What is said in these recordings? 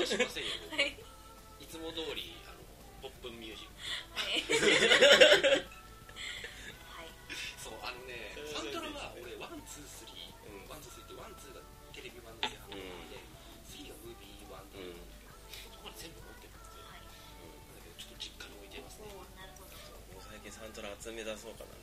しませんよ、 はい、 いつも通りポップンミュージック、 はいはい、 そうサントラは俺ワンツースリー、ワンツースリーってワンツーがテレビ版のやつで、スリーがムービー版で、そこまで全部持ってるんですよ、だけどちょっと実家に置いてますね。 なるほど。 もう最近サントラ集め出そうかなと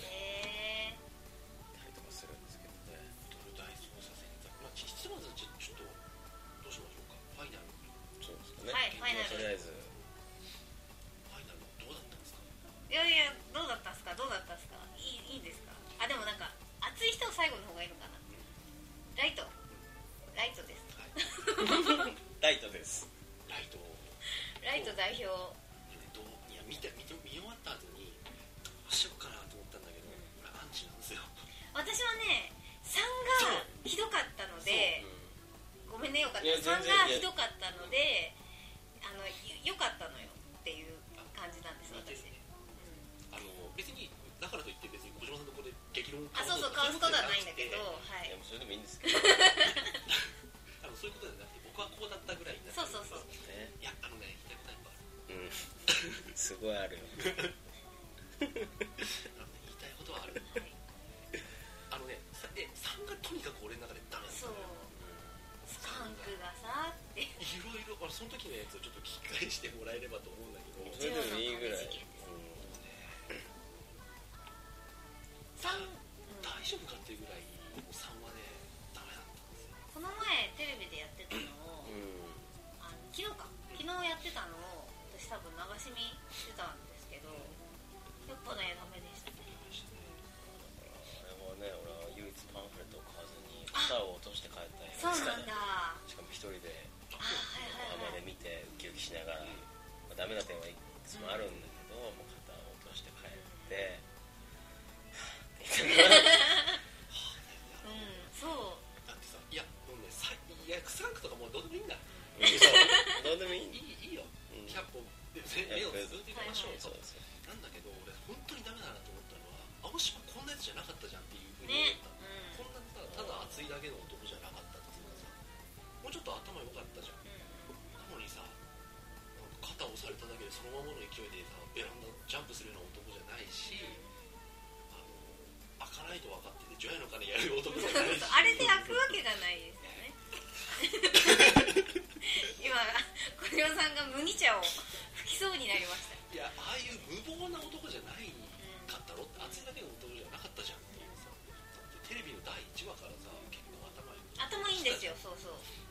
たりとかするんですけどね。 ドル大捜査線座、ひつまずちょっとどうしましょうか、ファイナル。 そうですかね、 はい、ファイナル。 とりあえずファイナルどうだったんですか。 いやどうだったんですか、どうだったんですか、いいですか。あ、でもなんか熱い人は最後の方がいいのかな。ライトです、 はい、 ライトです。 ライト代表。 いや見終わった後にどうしようかなと思ったんだけど、俺アンチなんですよ。 私はね3がひどかったので、ごめんね、よかった、3がひどかったのでよかったのよっていう感じなんです、私。 別にだからといって別に小島さんのところで激論を買うことはないんだけど、はい、 いやもうそれでもいいんですけどそういうことじゃなくて僕はこうだったぐらいになって、 そう、 ね、いや言いたいことはいっぱいある、 すごいあるよ言いたいことはある、3がとにかく俺の中でダメなんだよ。 スカンクがさっていろいろその時のやつをちょっと聞き返してもらえればと思うんだけど、 それでもいいぐらい、 大丈夫かっていうぐらいもう3はねダメだったんですよ。 この前テレビでやってたのを、昨日やってたのを私多分流し見してたんですけど、やっぱねダメでしたね。 あれはね、俺は唯一パンフレットを買わずに肩を落として帰ったやつそうなんだ。 しかも一人ではい浜で見てウキウキしながら、ダメな点はいくつもあるんだけど、もう肩を落として帰ってそうだってさ、いやもうねクサンクとかもうどうでもいいんだ。 どうでもいいいいよ、100本目をつぶっていきましょう。 そうですよ。 なんだけど俺本当にダメだなと思ったのは、青島こんなやつじゃなかったじゃんっていうふうに思った、こんなただ熱いだけの男じゃなかったっていうのはさ、もうちょっと頭良かったじゃん、なのにさ、なんか肩を押されただけでそのままの勢いでさベランダジャンプするような男じゃないし、開かないと分かってて除夜の鐘やる男じゃないしあれで開くわけがないですよね今小島さんが麦茶を吹きそうになりました。 いや、ああいう無謀な男じゃないかったろって、熱いだけの男じゃなかったじゃんっていうさ、だってテレビの第1話からさ結構頭いいんですよ。そう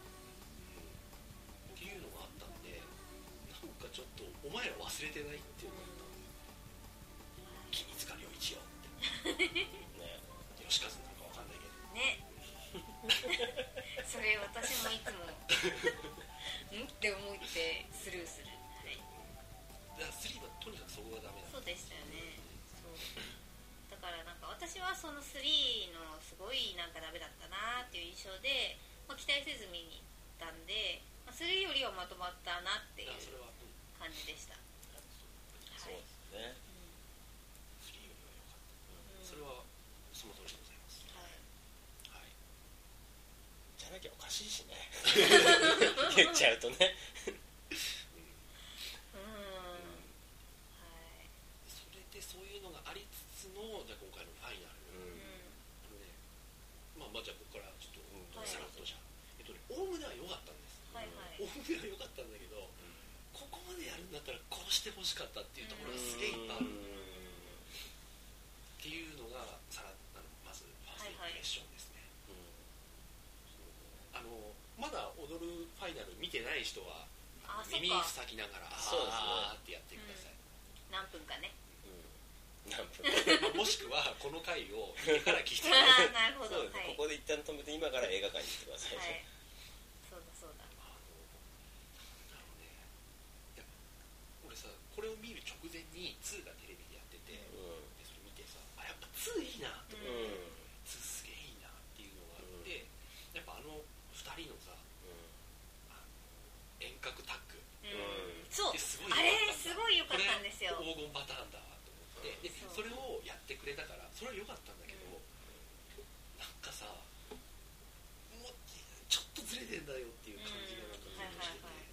っていうのがあったんで、なんかちょっとお前ら忘れてないっていうのがあったんで、君塚良一よってね、吉和なんかわかんないけどねそれ私もいつもんって思ってスルーする。 だから3はとにかくそこがダメだ。 そうでしたよね。そうだからなんか私はその3のすごいなんかダメだったなっていう印象で、期待せず見に行ったんで、3よりはまとまったなっていう感じでした。 そうですね、 3よりは良かった、それはその通りでございます。はい、 じゃなきゃおかしいしね言っちゃうとねそれでそういうのがありつつの、じゃあ今回のファイナル、じゃあここからちょっとさらっとじゃおおむねは良かったんです、おおむねは良かったんだけど、ここまでやるんだったらこうしてほしかったっていうところがすげえいっぱいあるっていうのがまずファーストインプレッションですね。まだ踊るファイナル見てない人は耳塞ぎながらあーってやってください、 何分かね、 もしくはこの回を見てから聞いてなるほど、 ここで一旦止めて今から映画館に行ってください、 そうだ俺さ、これを見る直前に2がテレビでやってて、でそれ見てさ、やっぱ2いいなと思って、2すげえいいなっていうのがあって、やっぱ2人のさ、遠隔タッグ、 そうあれすごい良かったんですよ。 これ黄金パターンだと思って、でそれをやってくれたからそれは良かったんだけど、なんかさ、もうちょっとずれてんだよっていう感じがなんかしてて、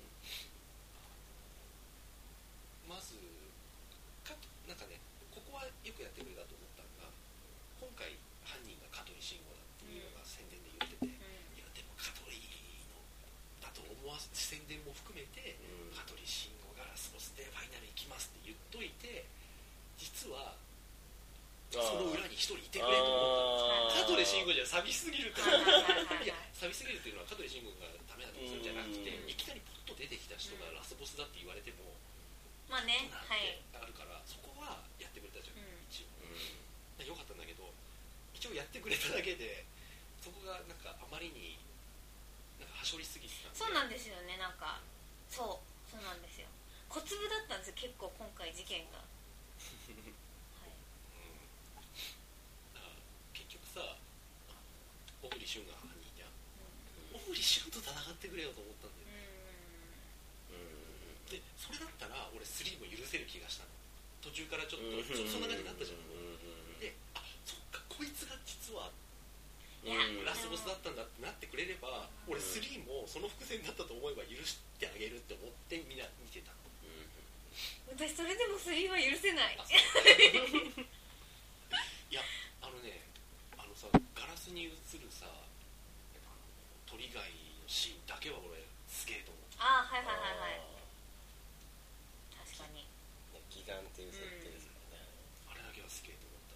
宣伝で言ってて、いやでも香取のだと思わせ宣伝も含めて、香取慎吾がラスボスでファイナル行きますって言っといて、実はその裏に一人いてくれと思ったんです。香取慎吾じゃ寂しすぎるっていや寂しすぎるっていうのは香取慎吾がダメだとするんじゃなくて、いきなりポッと出てきた人がラスボスだって言われても、 まあね、はい、 あるから、そこはやってくれたじゃん、一応、よかったんだけど、一応やってくれただけで、そこがなんかあまりになんかはしょりすぎてたんで。 そうなんですよね、なんかそうなんですよ、小粒だったんですよ結構今回事件がはい、 だから結局さ、小栗旬が犯人じゃん、小栗旬と戦ってくれよと思ったんだよね。でそれだったら俺3も許せる気がしたの。途中からちょっとそんな感じになったじゃん。で、あ、そっかこいつが実はラスボスだったんだってなってくれれば、俺3もその伏線だったと思えば許してあげるって思って見てたの。 私それでも3は許せない。 いやさ、ガラスに映るさ鳥貝のシーンだけは俺すげえと思う。 ああ、はいはいはいはい、確かにギガンっていう設定ですからね、 あれだけはすげえと思った。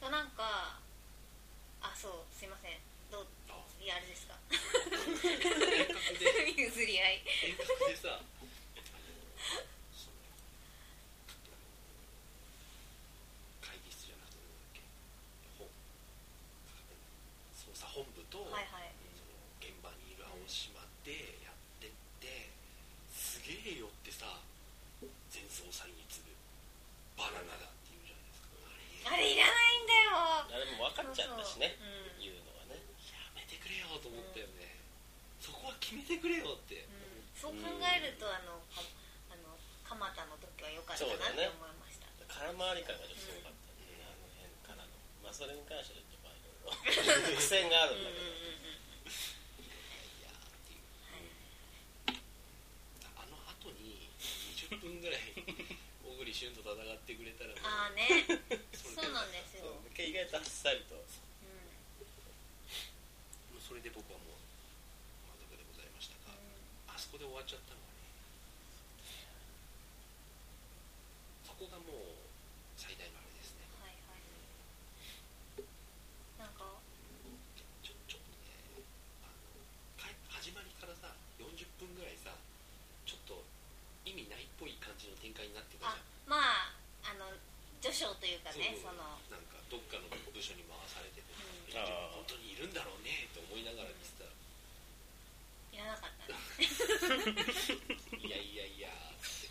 なんかそうすいません、いやあれですか遠隔で譲り合い遠隔でさ会議室じゃなくてなんだっけ、捜査本部と、 はいはい、 その現場にいる青島でやってって、すげえよってさ、前捜査員に次ぐバナナだって言うじゃないですか。 あれいらないんだよ。 あれも分かっちゃったしね、言うのはね、 やめてくれよと思ったよね、そこは決めてくれよって、 そう考えると蒲田の時は良かったなって思いました。 空回り感がちょっとすごかったんで、あの辺からの、まあそれに関してはちょっといろいろ苦戦があるんだけど、 いやっていう、あの後に20分ぐらい小栗旬と戦ってくれたらああねそうなんですよ、 意外とあっさりと、 それで僕はもう満足でございましたが、あそこで終わっちゃったのはね、そこがもう最大のあれですね。 はいはい、なんかちょっとね、始まりからさ40分ぐらいさ、ちょっと意味ないっぽい感じの展開になってたじゃん。 まあ序章というかね、 なんかどっかの部署に回されてて、本当にいるんだろうねと思いながら見てたら、 いらなかったねいやいやいやって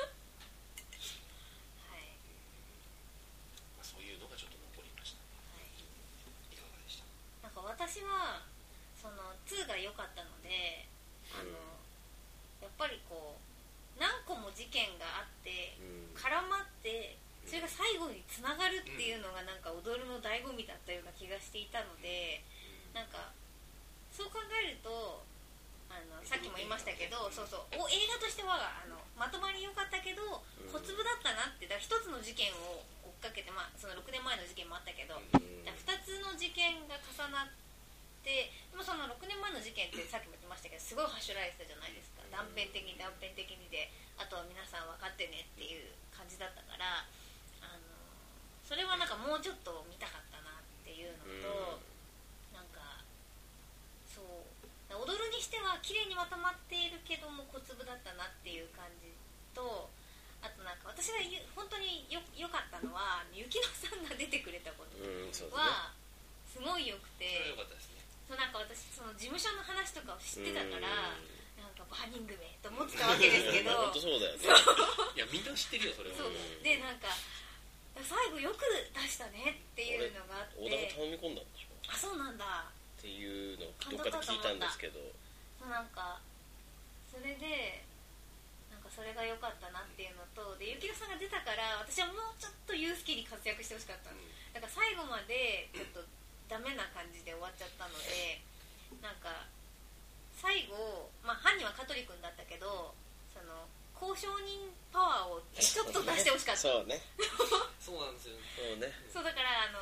はい、 そういうのがちょっと残りました、はい、いかがでした？ なんか私はその2が良かったので、やっぱりこう何個も事件があって絡まって、それが最後につながるっていうのがなんか踊るの醍醐味だったような気がしていたので、なんかそう考えるとさっきも言いましたけど、映画としてはまとまり良かったけど小粒だったなって。だから一つの事件を追っかけて、その6年前の事件もあったけど、2つの事件が重なって、でもその6年前の事件ってさっきも言ってましたけどすごいはしょられてたじゃないですか。断片的にで、あとは皆さん分かってねっていう感じだったから、それはなんかもうちょっと見たかったなっていうのと、なんかそう踊るにしては綺麗にまとまっているけども小粒だったなっていう感じと、あとなんか私が本当によかったのは雪乃さんが出てくれたことはすごい良くて、 それは良かったですね。 なんか私その事務所の話とかを知ってたから、なんか5人組と思ってたわけですけど本当そうだよねいやみんな知ってるよそれは。 そうで、なんか最後よく出したねっていうのがあって、 小田が頼み込んだんでしょ。 あ、そうなんだっていうのをどっかで聞いたんですけど、 なんかそれでなんかそれが良かったなっていうのと、でゆきのさんが出たから私はもうちょっとユースケに活躍してほしかったの、だから最後までちょっとダメな感じで終わっちゃったので、なんか最後、犯人は香取君だったけど、その交渉人パワーをちょっと出してほしかったそうねそうなんですよね。 そうね。 そうだから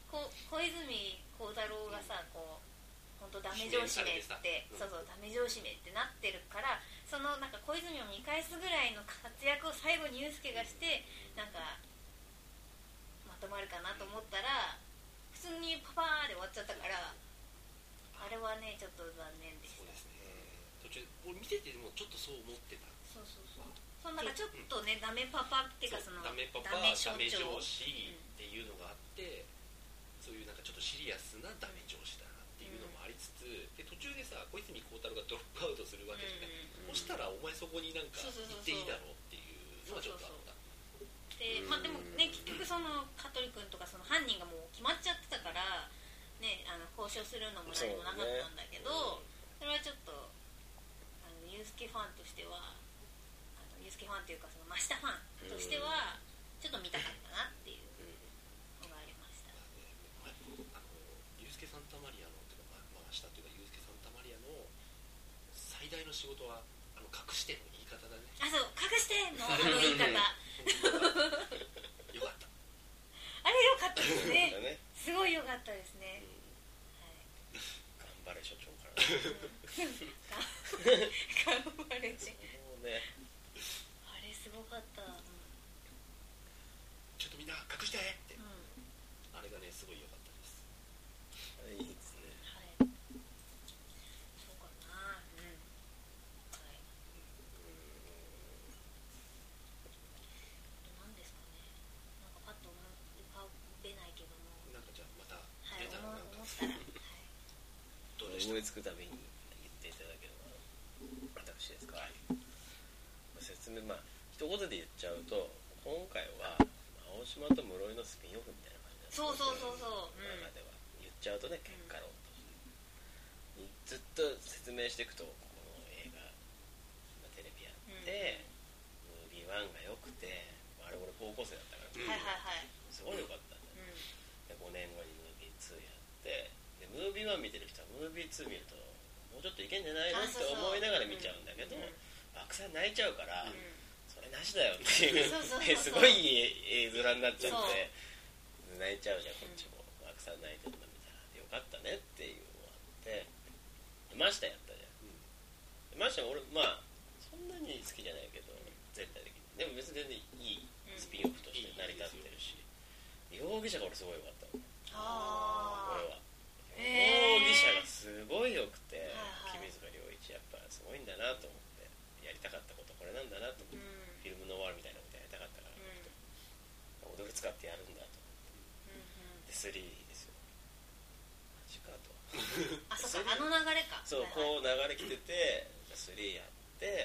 小泉孝太郎がさこう本当ダメ上司めって、そうそうダメ上司めってなってるから、そのなんか小泉を見返すぐらいの活躍を最後にユースケがしてなんかまとまるかなと思ったら普通にパパーで終わっちゃったから、あれはねちょっと残念でした。 そうですね、途中俺見ててもちょっとそう思ってた。 そうなんかちょっとね、ダメパパっていうかそのダメパパ、ダメ上司っていうのがあって、そういうなんかちょっとシリアスなダメ上司だなっていうのもありつつ、で途中でさ小泉孝太郎がドロップアウトするわけじゃない、そしたらお前そこになんか行っていいだろうっていうのはちょっとあった。 でまあでもね結局その香取君とかその犯人がもう決まっちゃってたからね、交渉するのも何もなかったんだけど、それはちょっとユースケファンとしてはユースケファンというかその真下ファンとしてはちょっと見たかったなっていうのがありました。 ユースケ・サンタマリアのというか真下というかユースケ・サンタマリアの最大の仕事は隠しての言い方だね。 あ、そう隠しての言い方よかった。 あれよかったですね。すごいよかったですね。 頑張れ所長から頑張れちね、 あれすごかった、 ちょっとみんな隠してって、あれがねすごい良かったです。 あれいいですね。 はい、そうかな、はい、なんですかね、なんかパッと浮かべないけども、 なんかじゃあまた出たらなんか思ったらどうでした？ 思いつくたびに言っていただければ。私ですか、説明一言で言っちゃうと、今回は青島と室井のスピンオフみたいな感じなんですよ。 そう、 中では言っちゃうとね、結果論としてずっと説明していくと、この映画テレビやって、ムービー1が良くて、あれ俺高校生だったからすごい良かったんだよ、で5年後にムービー2やって、でムービー1見てる人はムービー2見るともうちょっといけんじゃないのって思いながら見ちゃうんだけど、爆散泣いちゃうから、それなしだよっていうすごい絵面になっちゃって泣いちゃうじゃん、こっちも。爆散泣いてるの見たらよかったねっていうのがあって、ましたやったじゃん、ました俺そんなに好きじゃないけど全体的にでも別に全然いいスピンオフとして成り立ってるし、容疑者が俺すごいよかったの。俺は容疑者がすごい良くて、君塚良一やっぱすごいんだなと思って、やりたかったことこれなんだなと思って、フィルムノワールみたいなことやりたかったから、踊り使ってやるんだと思って、で3ですよ、マジかとあ、そうか、あの流れか。 そう、こう流れ来てて3やって、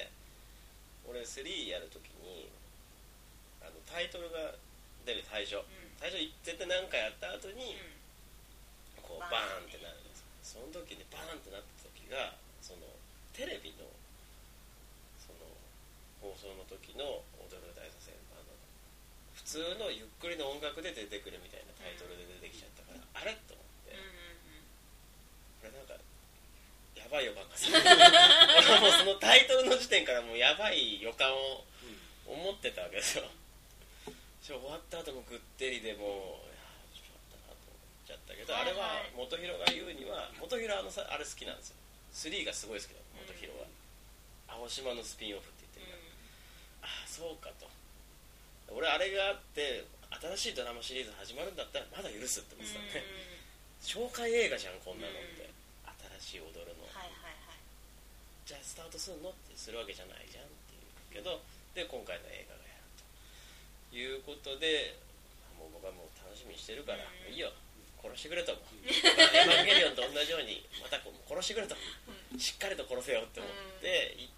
俺3やるときにタイトルが出る最初絶対何かやった後に、こうバーンってなるんです。その時にバーンってなった時がそのテレビのその放送の時の踊る大作戦普通のゆっくりの音楽で出てくるみたいなタイトルで出てきちゃったから、あれと思って、これなんかやばい予感がする俺はもうそのタイトルの時点からもうやばい予感を思ってたわけですよ。終わった後もぐってりでもちょっとあったなと思っちゃったけど、あれは元弘が言うには、元弘あれ好きなんですよ、3がすごい好きだ元弘は、青島のスピンオフって言ってるから、ああそうかと、俺あれがあって新しいドラマシリーズ始まるんだったらまだ許すって思ってたね、紹介映画じゃんこんなのって、新しい踊るの、じゃあスタートするのってするわけじゃないじゃんっていうけど、で今回の映画がやるということで、もう僕はもう楽しみにしてるから、いいよ殺してくれと思うエヴァンゲリオンと同じようにまた殺してくれとしっかりと殺せよって思って行って、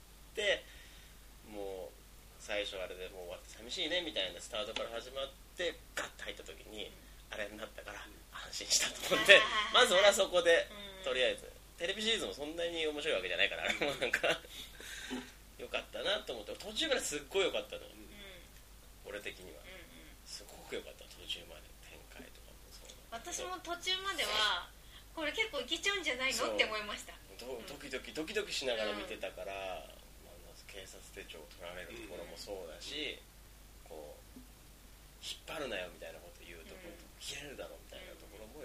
もう最初あれでもう寂しいねみたいなスタートから始まってガッと入った時にあれになったから安心したと思って、まず俺はそこでとりあえずテレビシリーズもそんなに面白いわけじゃないから、あれもなんかよかったなと思って、途中からすっごいよかったの、俺的にはすごくよかった。途中まで展開とかもそう、 私も途中まではこれ結構いけちゃうんじゃないのって思いました。 ドキドキしながら見てたから、警察手帳を取られるところもそうだし、こう引っ張るなよみたいなこと言うところと、切れるだろうみたいなところも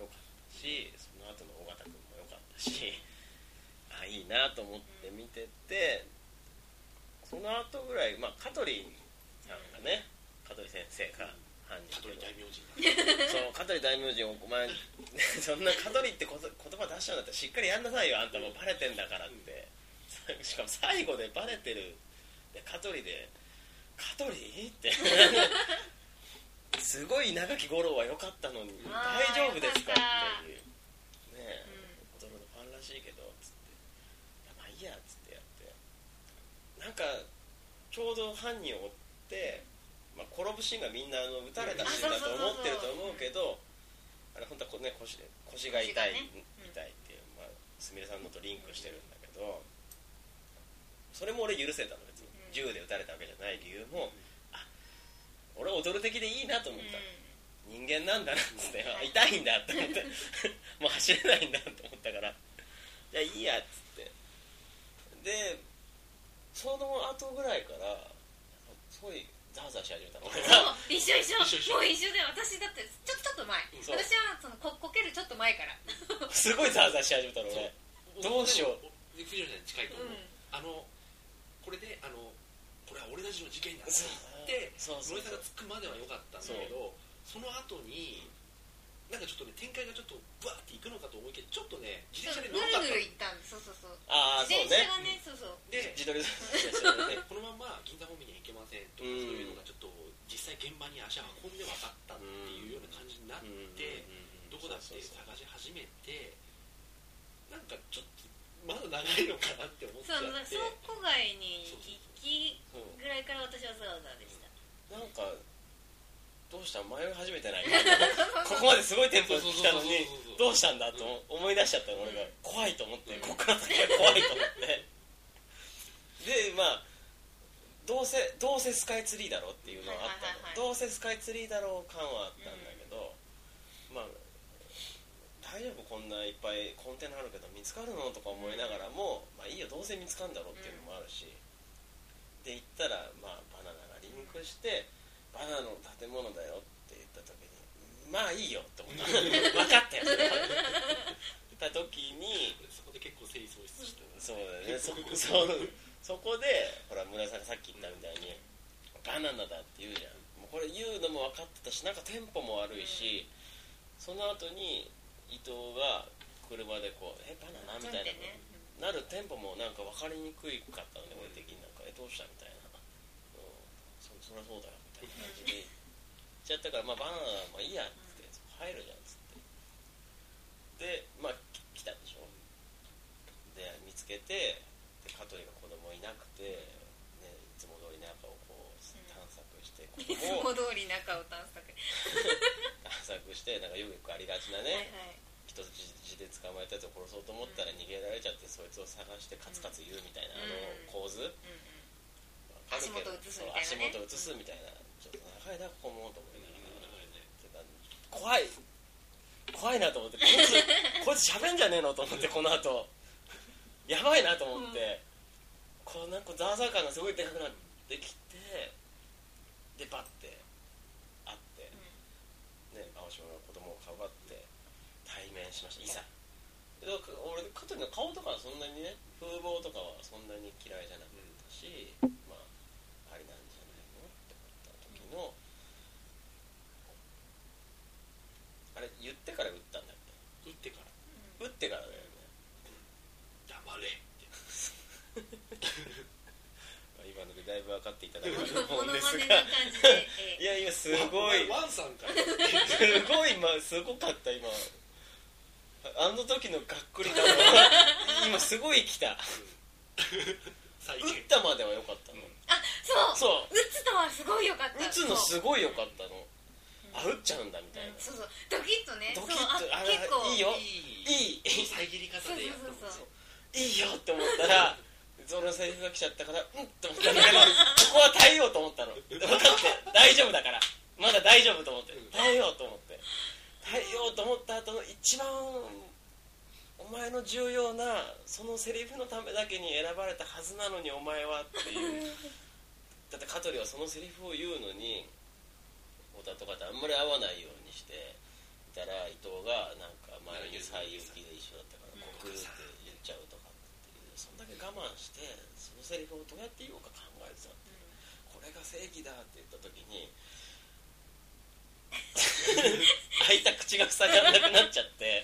し、その後の尾形君も良かったしあ、いいなと思って見てて、その後ぐらい、まあ、香取さんがね、香取先生が犯人、 香取大名人そう香取大名人、お前そんな香取って言葉出しちゃうんだったらしっかりやんなさいよ、あんたもうバレてんだからって、しかも最後でバレてるで香取で香取ってすごい稲垣吾郎は良かったのに大丈夫ですかっていうねえ、踊るのファンらしいけどつって、いやまあいいやつってやって、なんかちょうど犯人を追って、まあ、転ぶシーンがみんな撃たれたシーンだと思ってると思うけど、あれ本当はね、腰が痛いみたいっていう、まあ、すみれさんのとリンクしてるんだけど、それも俺許せたの。別に銃で撃たれたわけじゃない理由も、あ、俺踊る的でいいなと思った、人間なんだなっつって、痛いんだって思ってもう走れないんだと思ったから、じゃあいいやっつって、でその後ぐらいからすごいザワザワし始めたの俺が。 一緒もう一緒で、私だってちょっと前、私はそのこけるちょっと前からすごいザワザワし始めたの俺。どうしよう、 藤野さんに近いと思う、これでこれは俺たちの事件だって言って室井さんがつくまでは良かったんだけど、その後になんかちょっとね、展開がちょっとバーっていくのかと思いきや、ちょっとね自転車で乗らなかったの。 ぐるぐる行ったんで、そうああそうね、 自転車がね、そうで自撮りこのまま銀座方面には行けませんとか、そういうのがちょっと実際現場に足を運んで分かったっていうような感じになって、どこだって探し始めて、なんかちょっとまだ長いのかなって思っちゃって、 倉庫街に行きぐらいから私はザワザワでした。 なんかどうした迷い始めてないここまですごいテンポで来たのにどうしたんだと思い出しちゃったの俺が。怖いと思って、こっから先が怖いと思ってでまあどうせスカイツリーだろうっていうのはあったの、どうせスカイツリーだろう感はあったんだけど、まあ大丈夫、こんないっぱいコンテナあるけど見つかるのとか思いながらも、まあいいよ、どうせ見つかるんだろうっていうのもあるし、で行ったら、まあ、バナナがリンクしてバナナの建物だよって言った時に、まあいいよって思った分かったよそれはった時に、 そこで結構整理喪失した。 そうだね、そこでほら村井さんがさっき言ったみたいに、バナナだって言うじゃん。もうこれ言うのも分かってたし、なんかテンポも悪いし、その後に伊藤が車でこうバナナみたいな、なるテンポもなんか分かりにくいかったので、俺的になんかどうしたみたいな、そりゃそうだよみたいな感じで言っちゃったから、まあバナナまあいいやっつって入るじゃんっつって、でまあ来たでしょ。で見つけて、で香取が子供いなくて、ね、いつも通り中をこう探索して、 いつも通り中を探索して、なんかよくありがちなね、 はいはい、 人質で捕まえたやつを殺そうと思ったら逃げられちゃって、そいつを探してカツカツ言うみたいな、構図、 足元映すみたいなね、 足元映すみたいな、ちょっと長いなここもと思いながら、怖いなと思って、こいつ喋んじゃねえのと思って、この後やばいなと思って、こうなんかザーザー感がすごいでかくなってきて、でバッて会って、ね、青島の子供をかばって対面しました。いざ俺香取の顔とかはそんなにね、風貌とかはそんなに嫌いじゃなかったし、まあありなんじゃないのって思った時の、あれ言ってから撃ったんだっけ。 撃ってからだよね。 黙れ今のでだいぶ分かっていただけたとモノ思うんですがマネな感じで、 いや今すごいワンさんかすごかった今、あの時のがっくり感今すごい来た打ったまでは良かったの。 あ、そう打つのはすごい良かった。 打つのすごい良かったの。あ、打っちゃうんだみたいな、 そうドキッとね、 ドキッと、あ結構いいよ、 いい遮り方でやったもん。 いいよって思ったらそのセリフが来ちゃったからって思ったんだけど、ここは耐えようと思ったの。分かって大丈夫だから、まだ大丈夫と思って耐えようと思って耐えようと思った後の一番お前の重要なそのセリフのためだけに選ばれたはずなのにお前はっていうだって香取はそのセリフを言うのに小田とかとあんまり合わないようにしてったら伊藤がなんか前に西遊記で一緒だったから「国」って言っちゃうとかっていう、そんだけ我慢してそのセリフをどうやって言おうか考えてたって、これが正義だって言った時に開いた口が塞がなくなっちゃって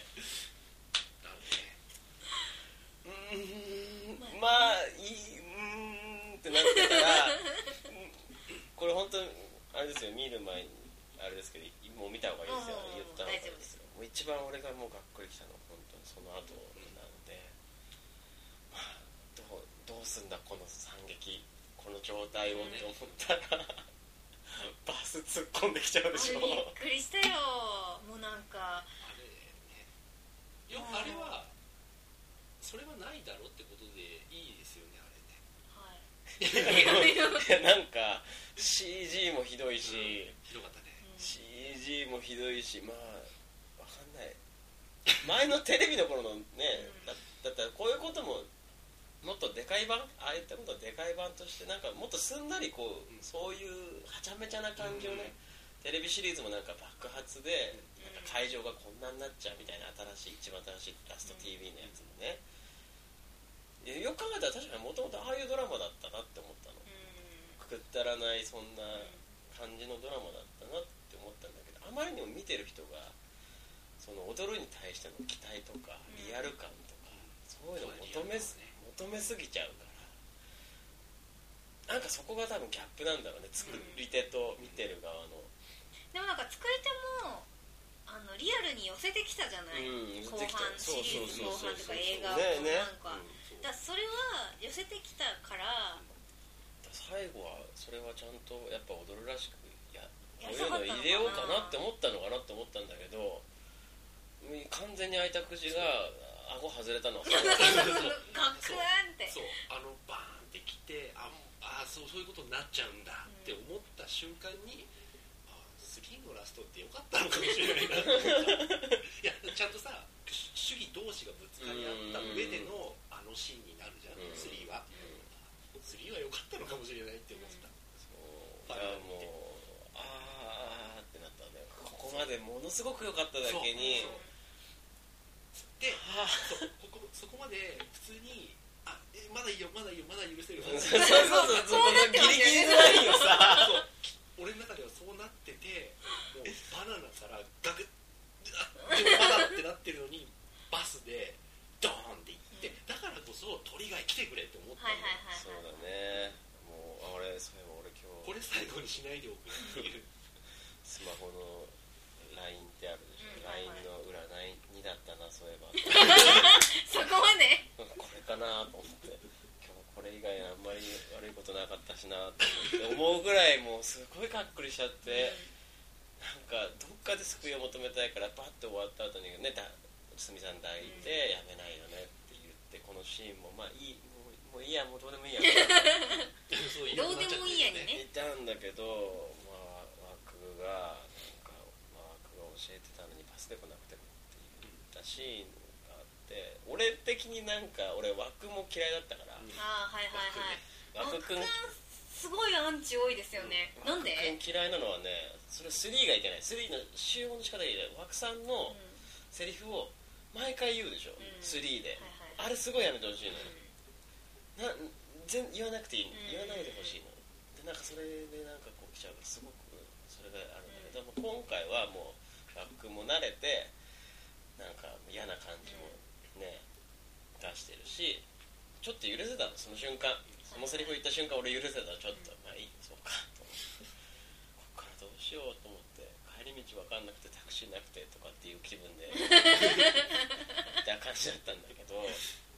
まあいいってなってたらこれ本当あれですよ、見る前にあれですけどもう見た方がいいですよ、言った方がいいですよ。もう一番俺がもうがっくりきたのは本当にその後なので、まあ、どうすんだこの惨劇、この状態をって思ったらバス突っ込んできちゃうでしょ。 びっくりしたよ。もうなんかあれね、あれはそれはないだろうってことでいいですよね、あれね。 はいいやなんか CG もひどいし、 ひどかったね。 CG もひどいし、まあわかんない。前のテレビの頃のね、だったらこういうことももっとでかい版、ああいったことをでかい版としてなんかもっとすんなりこう、そういうはちゃめちゃな感じをね、テレビシリーズもなんか爆発でなんか会場がこんなになっちゃうみたいな一番新しいラスト TV のやつもね、よく考えたら確かにもともとああいうドラマだったなって思ったの。くったらないそんな感じのドラマだったなって思ったんだけど、あまりにも見てる人がその踊るに対しての期待とかリアル感とか、そういうのを求めすぎちゃうから、なんかそこが多分ギャップなんだろうね、作り手と見てる側の。 でもなんか作り手もリアルに寄せてきたじゃない、後半シリーズ後半とか映画をなんか、だそれは寄せてきたから最後はそれはちゃんとやっぱ踊るらしくこういうの入れようかなって思ったのかなって思ったんだけど、完全に開いた口が顎外れたのはガクーンってそうバーンってきてそういうことになっちゃうんだって思った瞬間に、3のラストってよかったのかもしれないなと思ったいやちゃんとさ主義同士がぶつかり合った上でのシーンになるじゃん、3は。3は良かったのかもしれないって思ってた。 いやもうってなったね。ここまでものすごく良かっただけにでそこまで普通にまだいいよまだ許せるそうギリギリのラインをさ俺の中ではそうなってて、もうバナナからガクッでもまだってなってるのにバスでドーンっていって、だからこそ鳥が来てくれって思ったの。 そうだね。もうそういえば俺今日これ最後にしないでおくっていうスマホの LINE ってあるでしょ、LINE の裏2だったな、そういえばそこまでこれかなと思って、今日これ以外あんまり悪いことなかったしなと思うぐらいもうすごいがっくりしちゃって、なんかどっかで救いを求めたいからバッと終わった後にね、すみさん抱いてやめないよねって言って、このシーンもまあいい、もういいや、もうどうでもいいやどうでもいいやにねいたんだけど、まあ枠が教えてたのにパスで来なくてもって言ったシーンがあって、俺的になんか俺枠も嫌いだったから、 はい枠くんすごいアンチ多いですよね。なんで？ 枠くん嫌いなのはね、それ3がいけない。3の集合の仕方がいいね。枠さんのセリフを毎回言うでしょ、3で、あれすごいやめてほしいのよ。言わなくていい、言わないでほしいので、なんかそれでなんかこう来ちゃうからすごくそれがあるんだけど、今回はもう枠くんも慣れてなんか嫌な感じもね、出してるし、ちょっと許せたの、その瞬間、そのセリフ言った瞬間俺許せたの、ちょっとまあいい、そうかと思ってこっからどうしようと思って、帰り道分かんなくてタクシーなくてとかっていう気分でって感じだったんだけど、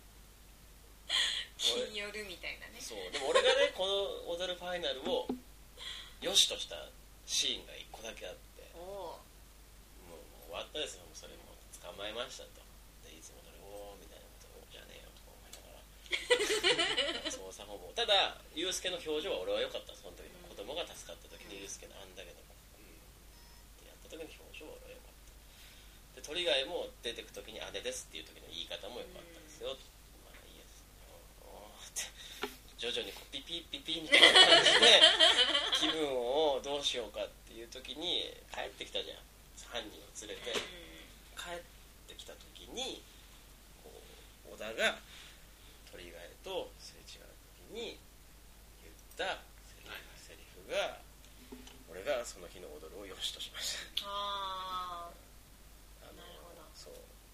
金夜みたいなね。 そうでも俺がねこの踊るファイナルを良しとしたシーンが1個だけあって、もう終わったですよ、それも捕まえましたと。でいつもどれみたいなことじゃねえよとか思いながら操作方法、ただユースケの表情は俺は良かった。その時の子供が助かった時にユースケのあんだけどってやった時の表情は俺は良かった。で鳥貝も出てく時に姉ですっていう時の言い方も良かったですよ、まあいいですって徐々にこうピピピピみたいな感じで気分をどうしようかっていう時に帰ってきたじゃん、 犯人を連れて帰ってきた時にこう織田が鳥貝とすれ違う時に言ったセリフが、俺がその日の踊るを良しとしました。 ああ、なるほど。 そう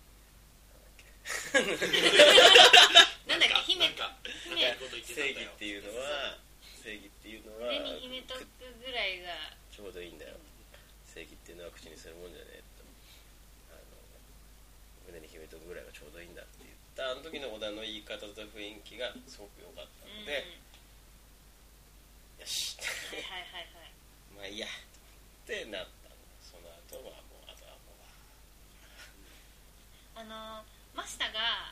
なんだっけ、 なんか正義っていうのは胸に秘めとくぐらいがちょうどいいんだよ。正義っていうのは口にするもんじゃねえと、胸に秘めとくぐらいがちょうどいいんだって言ったあの時の織田の言い方と雰囲気がすごく良かったので、よしはいはいはいはいまあいいやってなったの。その後はもうあとはもうマスタが、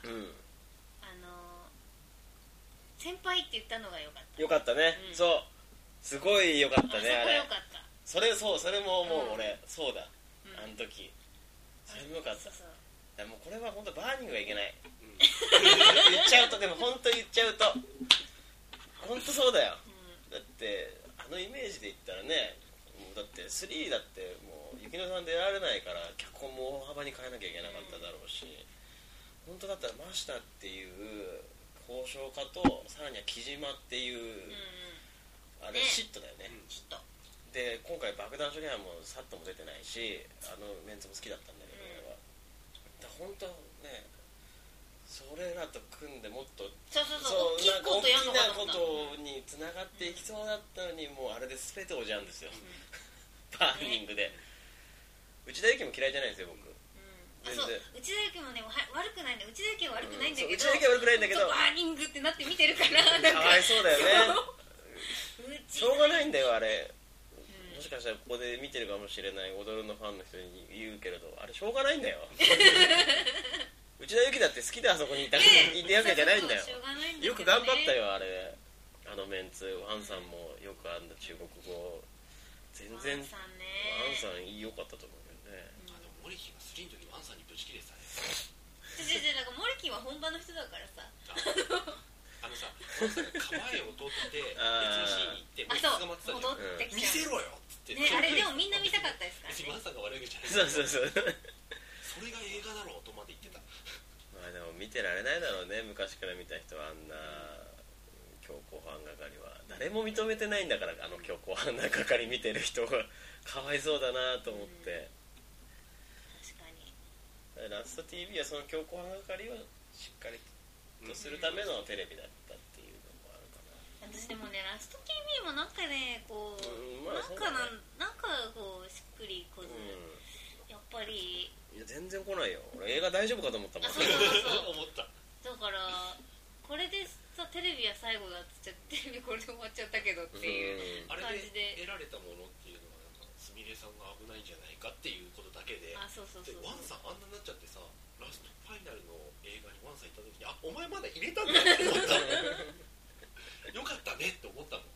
先輩って言ったのが良かった。 よかったね、そうすごい良かったね。あれ良かった。 それももう俺、そうだ、あの時それも良かった。 そうもうこれは本当バーニングはいけない、言っちゃうと、でも本当言っちゃうと本当そうだよ、だってあのイメージで言ったらね、だって3だってもう雪乃さん出られないから脚本も大幅に変えなきゃいけなかっただろうし、本当だったらマシタっていう交渉家とさらには木島っていう、あれシットだよね、 シットで今回爆弾処理班もサッとも出てないし、あのメンツも好きだったんだけど、俺はだ本当ね、それらと組んでもっとそうなんか大きなことにつながっていきそうだったのに、もうあれで全ておじゃんですよ、バーニングで、内田有紀も嫌いじゃないんですよ僕、 そう、内田有紀もね悪くないんだ、内田有紀は悪くないんだけど、 内田有紀は悪くないんだけど、 バーニングってなって見てるからかわいそうだよねしょうがないんだよあれ、もしかしたらここで見てるかもしれない踊るのファンの人に言うけれど、あれしょうがないんだよ内田有紀だって好きであそこにいてやるわけじゃないんだよ、よく頑張ったよあれ、あのメンツ、ワンさんもよくあんな中国語全然ワンさん良かったと思うけどね、 モリキンが3の時ワンさんにぶち切れてたねなんかモリキンは本場の人だからさ、 ワンさんが構えを取って別のシーンに行ってもう捕まってたじゃん、見せろよっつって、 あれでもみんな見たかったですからね、 ワンさんが悪いわけじゃない、 そうそれが映画だろうとまで言ってた。 まあでも見てられないだろうね、昔から見た人はあんな強行犯係は誰も認めてないんだから、あの強行犯係見てる人がかわいそうだなと思って、 確かにラスト TV はその強行犯係をしっかりとするためのテレビだったっていうのもあるかな。 私でもね、ラスト TV もなんかねこう、なんかこうしっくりこず、やっぱりいや全然来ないよ、俺映画大丈夫かと思ったもん。 そう思った。 だからこれでさ、テレビは最後だっつってテレビこれで終わっちゃったけどっていう感じで、 あれで得られたものっていうのはなんかすみれさんが危ないんじゃないかっていうことだけで、 そうでワンさんあんなになっちゃってさ、ラストファイナルの映画にワンさん行った時に、あ、お前まだ入れたんだって思ったよかったねって思ったもん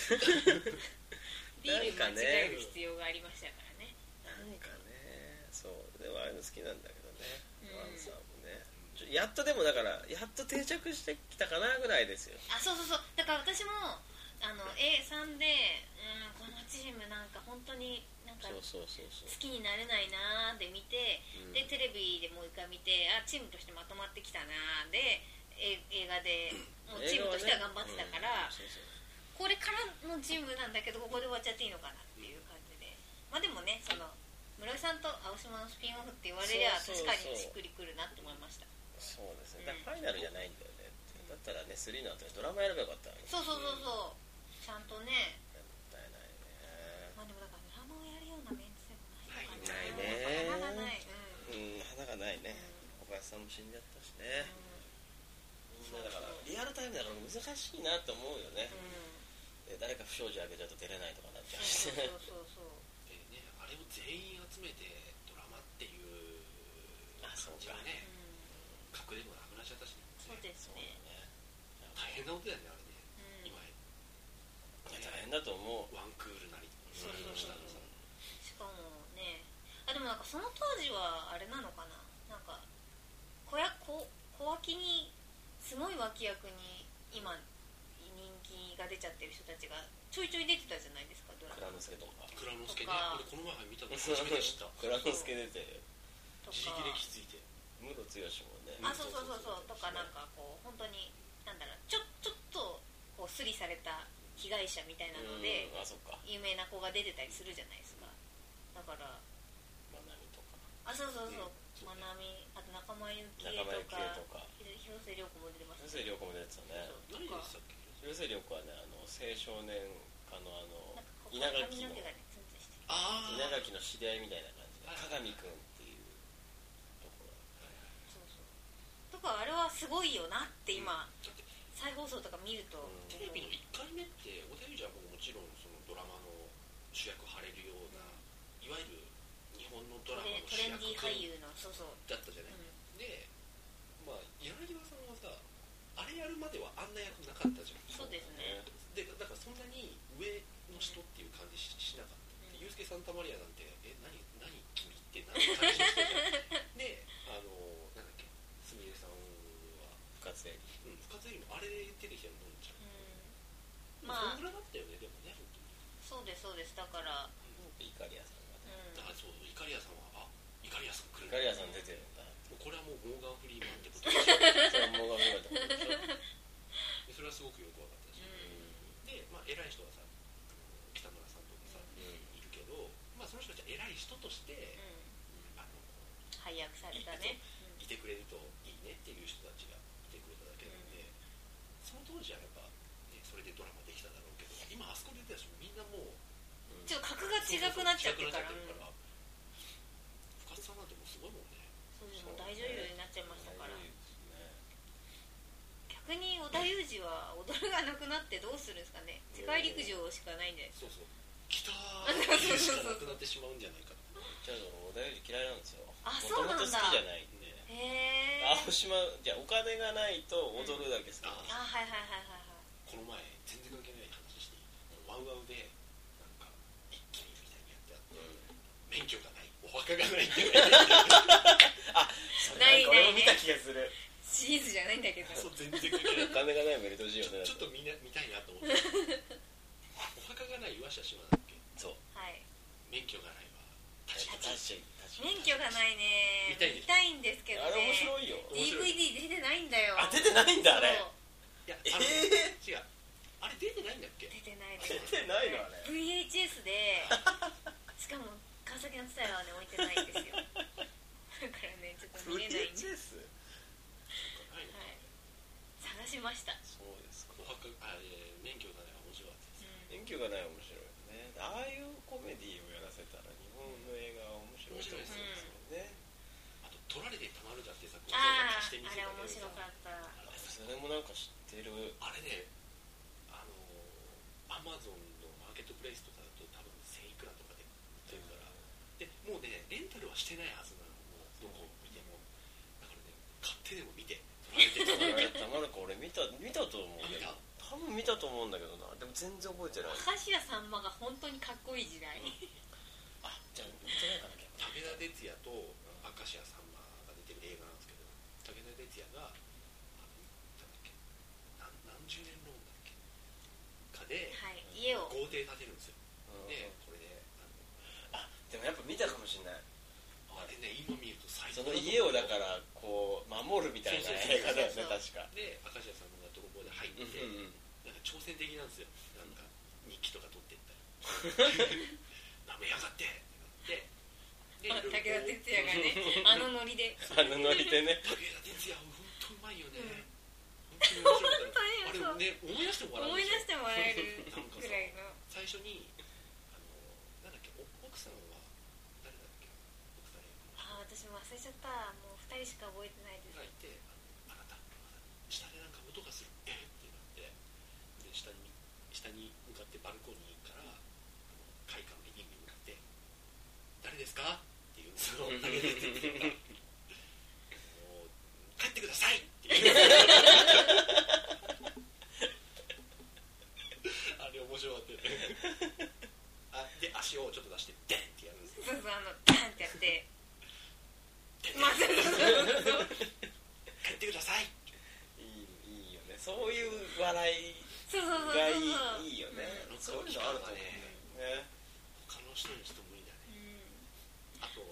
ビール間違える必要がありましたからね。 なんかね、そうでもあれの好きなんだけどね、ワンさんもね、やっとでもだからやっと定着してきたかなぐらいですよ。 そうだから私もA3 で、このチームなんか本当になんか好きになれないなーで見て、でテレビでもう一回見て、チームとしてまとまってきたなーで、映画でもうチームとしては頑張ってたから、これからのチームなんだけどここで終わっちゃっていいのかなっていう感じで、まあでもね、その室井さんと青島のスピンオフって言われりゃ確かにしっくりくるなって思いました。 そうですね、だからファイナルじゃないんだよね、だったらね3の後にドラマやればよかったのに。 そうちゃんとね。 もったいないね。 まあでもだからドラマをやるようなメンツでもないのかないね、 な。花がない、 花がないね、小林さんも死んじゃったしね、みんなだからリアルタイムだから難しいなと思うよね、誰か不祥事あげちゃうと出れないとかなっちゃうしね。 でね、あれを全員集めてドラマっていう感じがね、格でもなくなっちゃったしね。 そうですね、 大変なことだよね、あれね、今大変だと思う。 ワンクールなりそうしかもね、でもなんかその当時はあれなのかな、なんか小脇にすごい脇役に今人気が出ちゃってる人たちがちょいちょい出てたじゃないですか、ドラマ之助とか。 蔵之介ね、俺この前見たの初めて知った。 蔵之介出てる。 自力で気づいて。 ムロツヨシもね。 そうとかなんかこう本当になんだろうちょっとこうスリされた被害者みたいなので有名な子が出てたりするじゃないですか。だからまなみとか。 まなみ、あと仲間由紀恵とか広末涼子も出てますね。 広末涼子も出てたね。 何でしたっけ？ 広末涼子はね、青少年科の稲垣の稲垣の知り合いみたいな感じで鏡くんっていうところ。 とかあれはすごいよなって今再放送とか見ると。 テレビの1回目っておテレビじゃもちろんそのドラマの主役張れるようないわゆる日本のドラマの主役トレンディー俳優のだったじゃない。でまあ柳葉さんはさあれやるまではあんな役なかったじゃん。 そうですね。 でだからそんなに上の人っていう感じ しなかった。ユースケ・サンタマリアなんて何君って何感じの人じゃん。でなんだっけすみれさんは深津絵里。 深津絵里もあれ出てきたのんちゃん。 まあそんぐらいだったよねでもね本当に。 そうですだからイカリアさんがね。 そうイカリアさんはイカリアさん来る。 イカリアさん出てるんだ。 これはもうモーガン・フリーマンってことでしょ。 それはモーガン・フリーマンってことでしょ。 それはすごくよく分かったし、でまあ偉い人はさ北村さんとかさ、いるけど、まあその人たちは偉い人として、 配役されたねいてくれるといいねっていう人たちがいてくれただけなので、その当時はやっぱ、ね、それでドラマできただろうけど、今あそこで出た人みんなもうちょっと格が違くなっちゃってるから深津さんなんてもうすごいもんね。 そうですもう大女優になっちゃいましたから。逆に織田裕二は踊るがなくなってどうするんですかね。世界陸上しかないんじゃないですか。 そう来たーしかなくなってしまうんじゃないか。 じゃあ織田裕二嫌いなんですよ。 そうなんだ。 もともと好きじゃないんで。青島じゃあお金がないと踊るだけ好きなんです。 はいこの前全然関係ない話していい？ワウワウでなんか一気にみたいにやってあって、免許がないお墓がないってあ、それ俺も見た気がする。 シリーズじゃないんだけど。 そう全然関係ない。 お金がないメルトジオね。 ちょっと見たいなと思ってお墓がない岩下志麻だっけ。 そう免許がないわ。 免許がないね。見たいんですけどね。 あれ面白いよ。 DVD 出てないんだよ。 出てないんだあれ。 いや違うあれ出てないんだっけ。 出てないのあれ。 VHS でしかも川崎のツタヤはね置いてないんですよ。だからねちょっと見れないんで VHS？ 探しました。 そうですか。 免許がない面白かったです。 免許がない面白いね。ああいうコメディをやらせたら日本の映画は面白いですよね。 あと取られてたまるだってさ、 あれ面白かった。 それもなんか知ってる。 あれね、アマゾンのマーケットプレイスとかだと多分1000いくらとかで売ってるから、でもうねレンタルはしてないはずなの。もうどこを見てもだからね買ってでも見て。 たまるか俺見たと思うけど、多分見たと思うんだけどな。でも全然覚えてない。 明石家さんまが本当にかっこいい時代。 じゃあ見てないかな。 武田鉄矢と明石家さんまが出てる映画なんですけど、武田鉄矢が何十年ローンだっけかで、 家を豪邸建てるんですよ。でこれででもやっぱ見たかもしれない。 あれね今見ると最高。その家をだからこう守るみたいな映画だよね確か。で明石家さんまが泥棒で入って、なんか挑戦的なんですよ。なんか日記とか取ってったりなめやがってってなって。 武田鉄矢がねあのノリでね。 武田鉄矢本当うまいよね。本当に面白かった。あれね思い出してもらえるぐらいの。 最初になんだっけ奥さんは誰だっけ。奥さん私も忘れちゃった。もう2人しか覚えてないです。 がいて、あなた下でなんか音がするってなってで下に向かってバルコニーから会館のリビングに向かって誰ですかって言うんですよ。投げてってもう帰ってくださいって言うんあれ面白かったよね。で足をちょっと出してデンってやるんですよ。 そうダンってやって帰ってください。 いいよね。そういう笑いがいいよね。そういうのあると思うんだよね。 人にちょっと無理だね、あと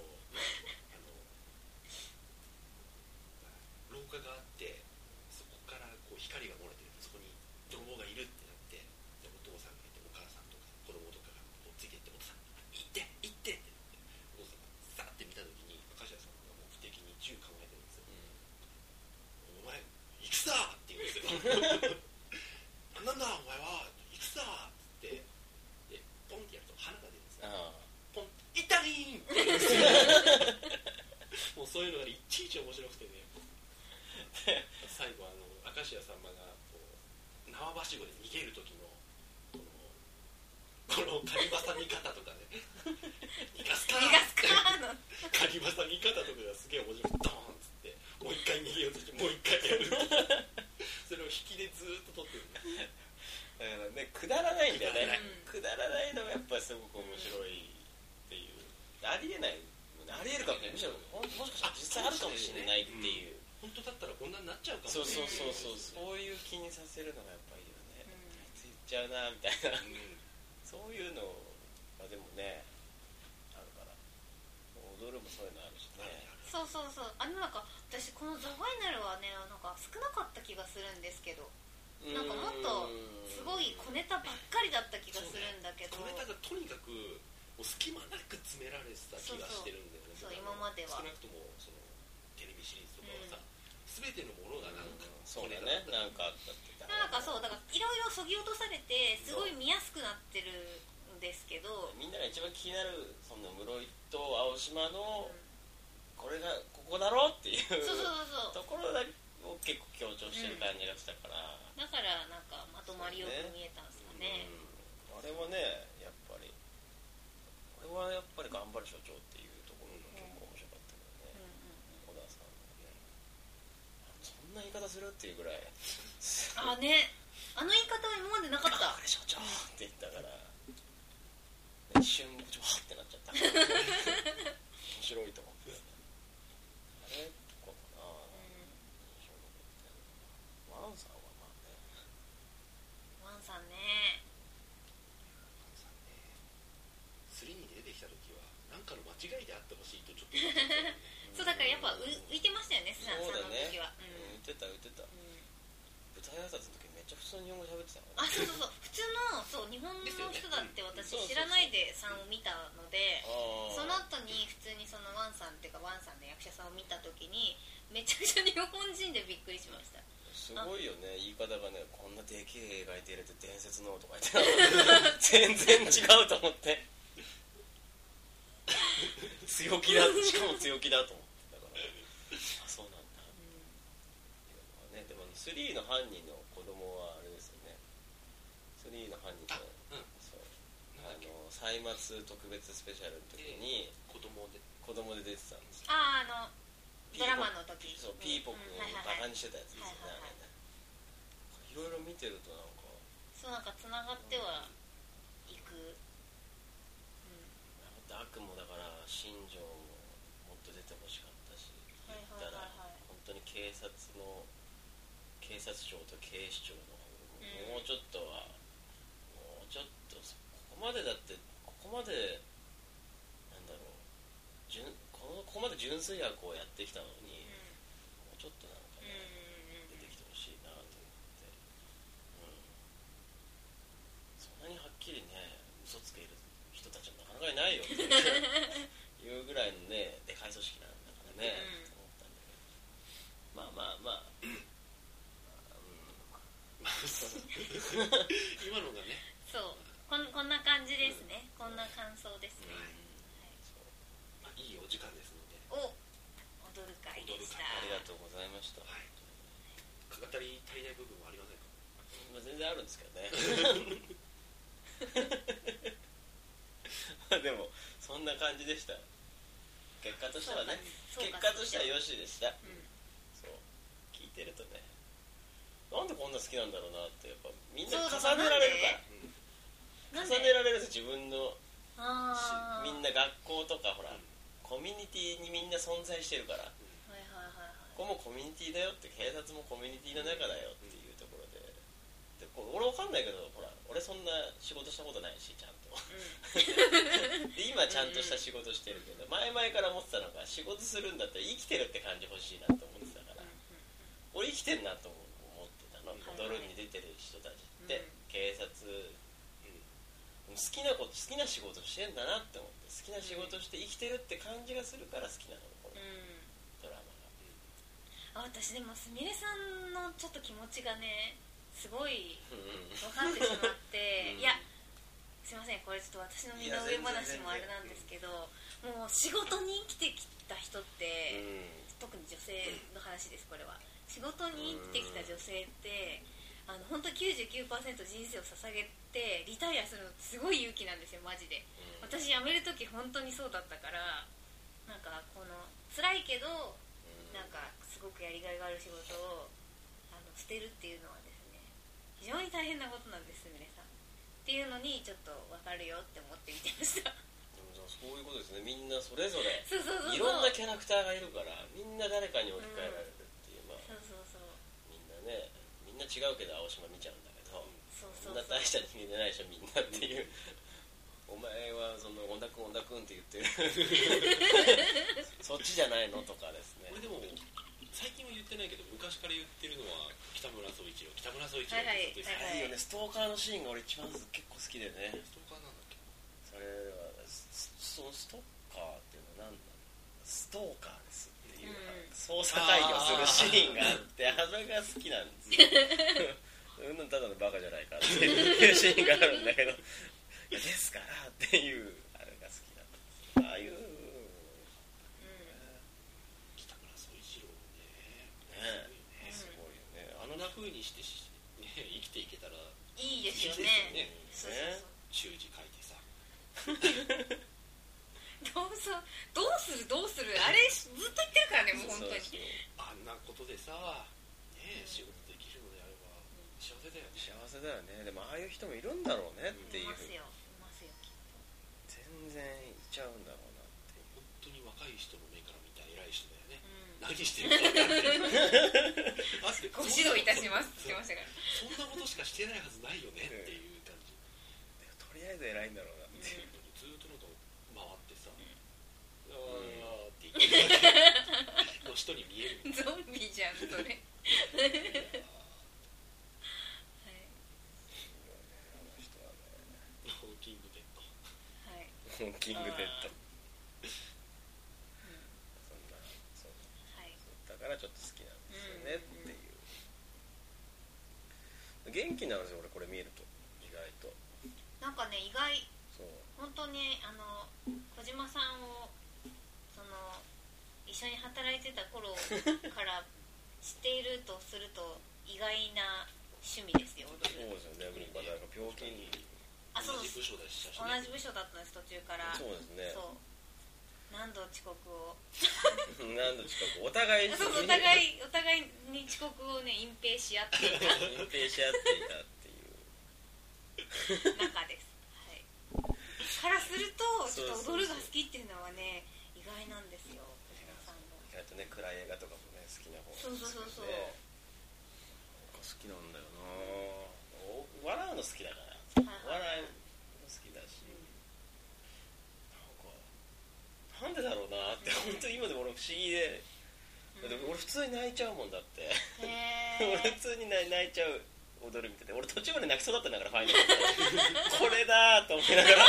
廊下があってそこからこう光が漏れてる、そこに泥棒がいるってなって、でお父さんがいてお母さんとか子供とかがこうついていって、お父さん行って行ってってお父さんがさって見た時に明石家さんがもう不敵に銃構えてるんですよ、お前行くさって言うんですよなんだお前は行くさって言って、でポンってやると花が出るんですよ、ポンイタリーンって言うんですよもうそういうのがいちいち面白くてね最後明石家さんまがこう縄ばしごで逃げる時のこの仮ばさみ方とかね逃がすかの仮ばさみ方とかがすげえ面白くてドーンっつってもう一回逃げようとしてもう一回やるそれを引きでずーっと撮ってるんだだからね、くだらないんだよね、くだらないのがやっぱりすごく面白いっていう、ありえない、ありえるかもね、むしろもしかしたら実際あるかもしれないっていう、 本当だったらこんなになっちゃうかもしれない、 そういう気にさせるのがやっぱりいいよね、ついちゃうなみたいな、そういうのがでもねあるから、踊るもそういうのあるしね。 そうなんか私このザ・ファイナルはねなんか少なかった気がするんですけど、なんかもっとすごい小ネタばっかりだった気がするんだけど、 小ネタがとにかくもう隙間なく詰められてた気がしてるんだよね。 そう今までは少なくともそのテレビシリーズとかはさ、全てのものがなんかそうだね、なんかあったってなんかそうだからいろいろそぎ落とされてすごい見やすくなってるんですけど、 みんなが一番気になるその室井と青島の、これがここだろっていうところだけを結構強調してる感じがしたから、 だからなんかまとまりよく見えたんですかね。 あれはねやっぱり頑張る所長っていうところが結構面白かったけどね、小田さんがねそんな言い方するっていうぐらいあね、あの言い方は今までなかった。 頑張れ所長って言ったから、一瞬ちょわってなっちゃった面白いと思ってあれとかかな、ワンさんはまあね、 ワンさんね 3に出てきた時は何かの間違いであってほしいとちょっと思っそうだからやっぱ浮いてましたよね、スナそうだね、 の時は、 浮いてた、舞台挨拶の時めっちゃ普通に日本語喋ってたよね。 あ、そう普通の日本の人だって私知らないでさんを見たので、その後に普通にそのワンさんっていうかワンさんの役者さんを見た時にめちゃくちゃ日本人でびっくりしました。 すごいよね、言い方がね、こんなでけえ描いて入れて伝説のとか言って全然違うと思って強気だ、しかも強気だと思ってたから、あ、そうなんだ、ね、でも3の犯人の子供はあれですよね、3の犯人の、そう歳末特別スペシャルの時に子供で出てたんですよ。 ドラマの時、 そう、ピーポくんをバカにしてたやつですよね。いろいろ見てるとなんかつながってはいく、 悪もだから新庄ももっと出てほしかったし、言ったら本当に警察庁と警視庁の方もうちょっとここまでだってここまでなんだろう、ここまで純粋役をやってきたのに、もうちょっとなんかね、出てきてほしいなと思って、そんなにはっきりね嘘つける人たちはなかなかいないよっていうぐらいのねでかい組織なんだからね、と思ったんだけど、まあ今のがね、 そうこんな感じですね、こんな感想ですね、 いいお時間ですので、 踊る会でした。 ありがとうございました。 語り足りない部分はありませんか？ 全然あるんですけどねでもそんな感じでした。結果としてはね、結果としてはよしでした、そう聞いてるとね、なんでこんな好きなんだろうなってやっぱみんな重ねられるから、重ねられるんですよ、自分のみんな学校とかほら、コミュニティにみんな存在してるから、ここもコミュニティだよって、警察もコミュニティの中だよっていうところで、俺わかんないけど、ほら俺そんな仕事したことないしちゃんと、いちゃんとした仕事してるけど、前々から思ってたのが仕事するんだったら生きてるって感じ欲しいなと思ってたから、俺生きてんなと思ってたの、ドルに出てる人たちって、警察、好きな仕事してんだなって思って、好きな仕事して生きてるって感じがするから好きなの、このドラマが。 私でもすみれさんのちょっと気持ちがねすごい分かってしまっていやすいません、これちょっと私の身の上話もあれなんですけど、もう仕事に生きてきた人って、特に女性の話です。これは仕事に生きてきた女性って本当 99% 人生を捧げてリタイアするのすごい勇気なんですよ、マジで。私辞める時本当にそうだったから、なんかこの辛いけどなんかすごくやりがいがある仕事を捨てるっていうのはですね、非常に大変なことなんです、すみれさんっていうのにちょっと分かるよって思って見てました。 でもそういうことですね、みんなそれぞれそういろんなキャラクターがいるから、みんな誰かに置き換えられるっていう、まあみんなね、みんな違うけど青島見ちゃうんだけど、そんな大した人間じゃないでしょみんなっていうお前はその恩田君って言ってるそっちじゃないのとかですね。 俺でも最近は言ってないけど昔から言ってるのは北村総一郎っていいよね、ストーカーのシーンが俺一番結構好きでね。 ストーカーなんだっけ、 それはそのストーカーっていうのは何なの、ストーカーですっていう、捜査会議をするシーンがあって、あれが好きなんですよただのバカじゃないかっていうシーンがあるんだけどですからっていうあれが好きなんです。ああいう北村総一郎ね、 すごいよね。 あんな風にしてね、生きていけたらいいですよね。 習字書いてさどうするあれずっと言ってるからね、もう本当にあんなことでさ、ね、仕事できるのであれば幸せだよね。 幸せだよね。でもああいう人もいるんだろうねっていう、 いますよきっと。 全然いちゃうんだろうなっていう。 本当に若い人の目から見た偉い人だよね、何してるか分かんないご指導いたしますって言ってましたから、 そんなことしかしてないはずないよねっていう感じでもとりあえず偉いんだろうなっていう、 ずっとなんか回ってさ、あーって言っての人に見えるゾンビじゃんそれウォーキングデッド、 ウォーキングデッド、だからちょっと好きなんですよねっていう。元気なんですよ俺これ見ると、意外となんかね、意外そう本当に小島さんを一緒に働いてた頃から知っているとすると意外な趣味ですよ。 そうですよね、僕はなんか病気に同じ部署でしたし、ね、 同じ部署だったんです、途中から。 そうですね、 そう何度遅刻をお互いそうお互いに遅刻をね隠蔽し合っていたっていう中です、はい、からするとちょっと踊るが好きっていうのはね意外なんですよ、小島さんの。 意外とね、暗い映画とかもね好きな方そうなんですよね。好きなんだよな、笑うの好きだから、笑いの好きだし、なんでだろうなって本当に今でも俺不思議で、俺普通に泣いちゃうもんだって俺普通に泣いちゃう踊る見てて、俺途中まで泣きそうだったんだからファイナルこれだと思いながら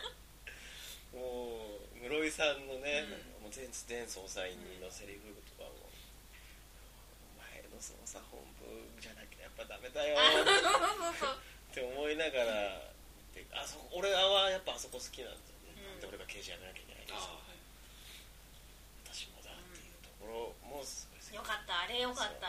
もう室井さんのね、もう前捜査員のセリフとかも、お前の捜査本部じゃなきゃやっぱダメだよって思いながら、俺はやっぱあそこ好きなんだよね、なんで俺が刑事やめなきゃいけないんですよ、私もだっていうところもすごい好き。 よかった、あれよかった。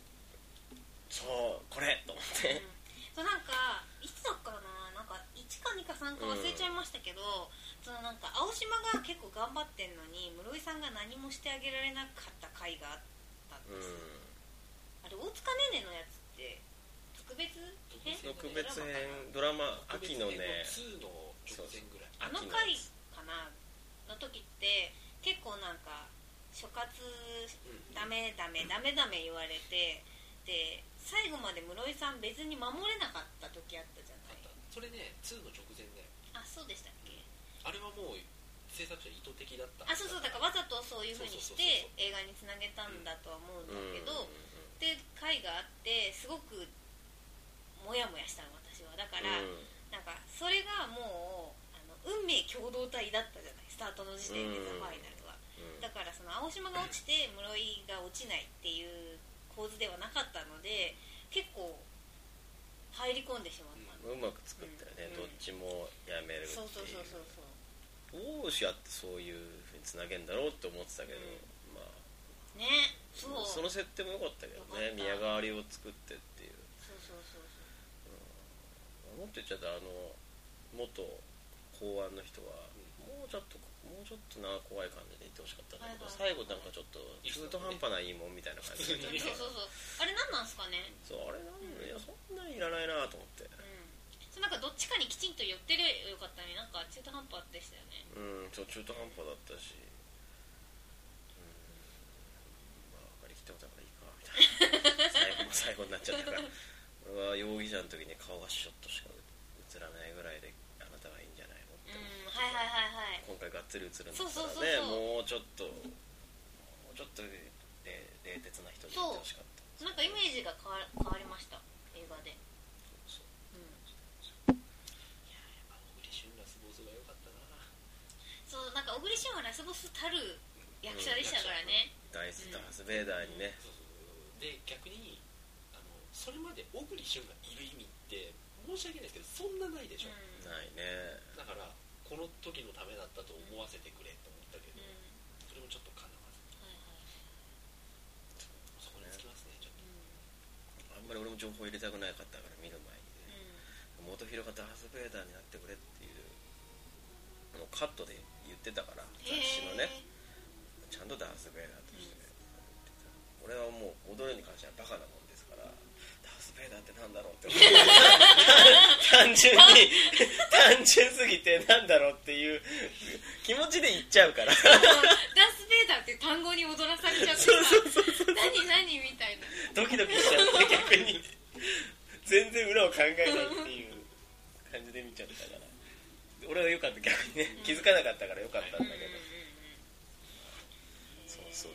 そうこれと思って、 なんかいつだっからなんか1か2か3か忘れちゃいましたけど、なんか青島が結構頑張ってんのに室井さんが何もしてあげられなかった回があったんです、あれ大塚ねねのやつって特別編ドラマ秋のね 2の直前ぐらい、 あの回かなの時って結構なんか所轄ダメ言われて、で最後まで室井さん別に守れなかった時あったじゃない。 それね2の直前だよ。 あ、そうでしたっけ。 あれはもう制作者意図的だった。 そうだからわざとそういう風にして映画につなげたんだとは思うんだけど、で回があってすごくモヤモヤしたの私は。だから、なんかそれがもう運命共同体だったじゃない、スタートの時点でザ・ファイナルは。だからその青島が落ちて室井が落ちないっていう構図ではなかったので、結構入り込んでしまった。 うまく作ったよね、どっちもやめるっていう。そうどうしやってそういう風につなげんだろうって思ってたけど、まあね、 その設定も良かったけどね、宮川りを作ってっていう。もっと言っちゃった元公安の人は、もうちょっとな怖い感じで言ってほしかったんだけど、最後なんかちょっと中途半端ないいもんみたいな感じであれ何なんすかね。 あれなんいやそんなにいらないなと思って、 なんかどっちかにきちんと寄ってればよかったのに、なんか中途半端でしたよね。 中途半端だったし、まあ割り切ったことだからいいかみたいな最後になっちゃったから俺は容疑者の時に顔がちょっとしか映らないぐらいであなたがいいんじゃないのって思って、今回がっつり映るんだったらね、もうちょっと冷徹な人でいってほしかった。 なんかイメージが変わりました映画で。なんか小栗旬はラスボスたる役者でしたからね。 ダース・ベイダーにね。 で逆にそれまで小栗旬がいる意味って申し訳ないですけどそんなないでしょ。 ないね。 だからこの時のためだったと思わせてくれと思ったけど、それもちょっとかなわず、そこにつきますねちょっと。 あんまり俺も情報入れたくなかったから見る前にね、元弘がダース・ベイダーになってくれっていうカットで言ってたから、雑誌のねちゃんとダース・ベイダーとして、俺はもう踊るに関してはバカなもんですから、ダース・ベイダーってなんだろうって単純すぎてなんだろうっていう気持ちで言っちゃうからダース・ベイダーって単語に踊らされちゃってさ何みたいなドキドキしちゃって逆に全然裏を考えないっていう感じで見ちゃったから、俺は良かった、逆にね、気づかなかったから良かったんだけど、そう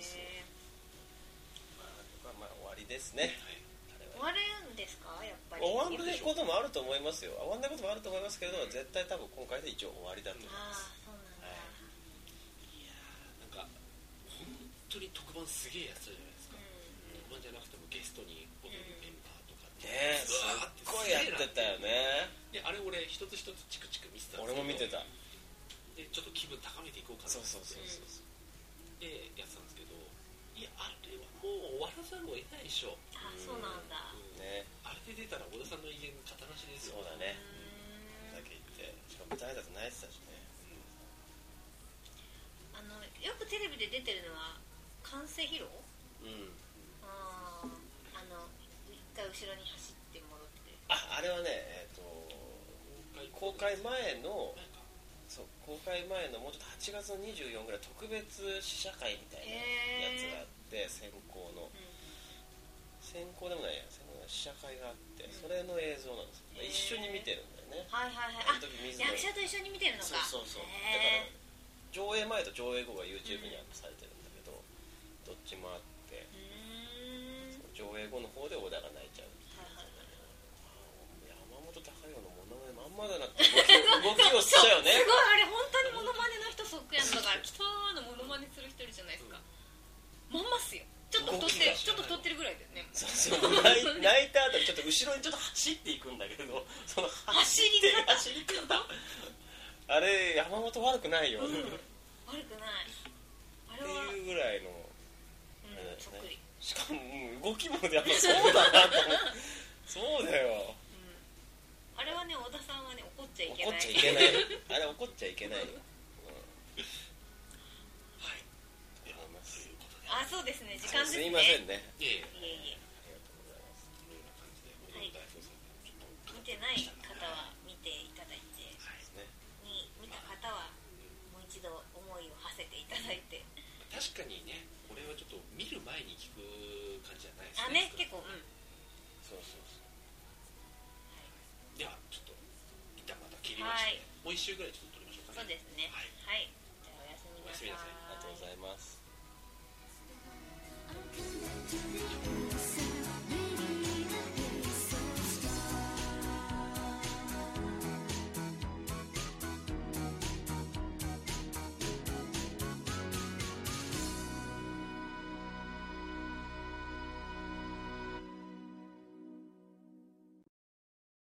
まあ終わりですね。 終わるんですか、やっぱり。 終わんないこともあると思いますよ。終わんないこともあると思いますけど、絶対多分今回で一応終わりだと思います。 そうなんだ。 いやなんか本当に特番すげえやつじゃないですか。特番じゃなくてもゲストに踊るメンバーとかね、すっごいやってたよね。 であれ俺一つ一つチクチク見てたんですけど、 俺も見てた。 でちょっと気分高めていこうかなってでやってたんですけど、いやあれはもう終わらざるを得ないでしょ。 そうなんだ、 ね、あれで出たら小田さんの威厳型なしですよ。 そうだね、だけ言ってしかも舞台挨拶泣いてたしね。 よくテレビで出てるのは完成披露、一回後ろに走って戻ってあれはね、公開前のもうちょっと8月の24ぐらい特別試写会みたいなやつがあって、先行でもないや、試写会があって、それの映像なんですよ。一緒に見てるんだよね。 役者と一緒に見てるのか。 そうだから上映前と上映後が YouTube にアップされてるんだけど、どっちもあって、上映後の方で小田が泣いちゃう。山本隆弘のモノマネまんまだなって動きをしたよね。 すごい、あれ本当にモノマネの人そっくりなんだから、北川のモノマネする人いるじゃないですか。まんまっすよ。ちょっと太ってるぐらいだよね。 そう泣いた後にちょっと後ろにちょっと走っていくんだけど、その走り方あれ山本悪くないよ、 悪くない。あれはっていうぐらいの、 そっくり。 しかも動きもやっぱそうだなと思ってそうだよ、 あれはね、小田さんはね、怒っちゃいけない。 あれ怒っちゃいけないよ。 そうですね、時間ですね。 すいませんね。 いえ。見てない方は見ていただいて、見た方はもう一度思いを馳せていただいて。 確かにね、これはちょっと見る前に聞く感じじゃないですね。 結構そうではちょっと一旦また切りまして、もう1週ぐらいちょっと撮りましょうかね。 そうですね。はい。じゃあおやすみなさい。 ありがとうございます。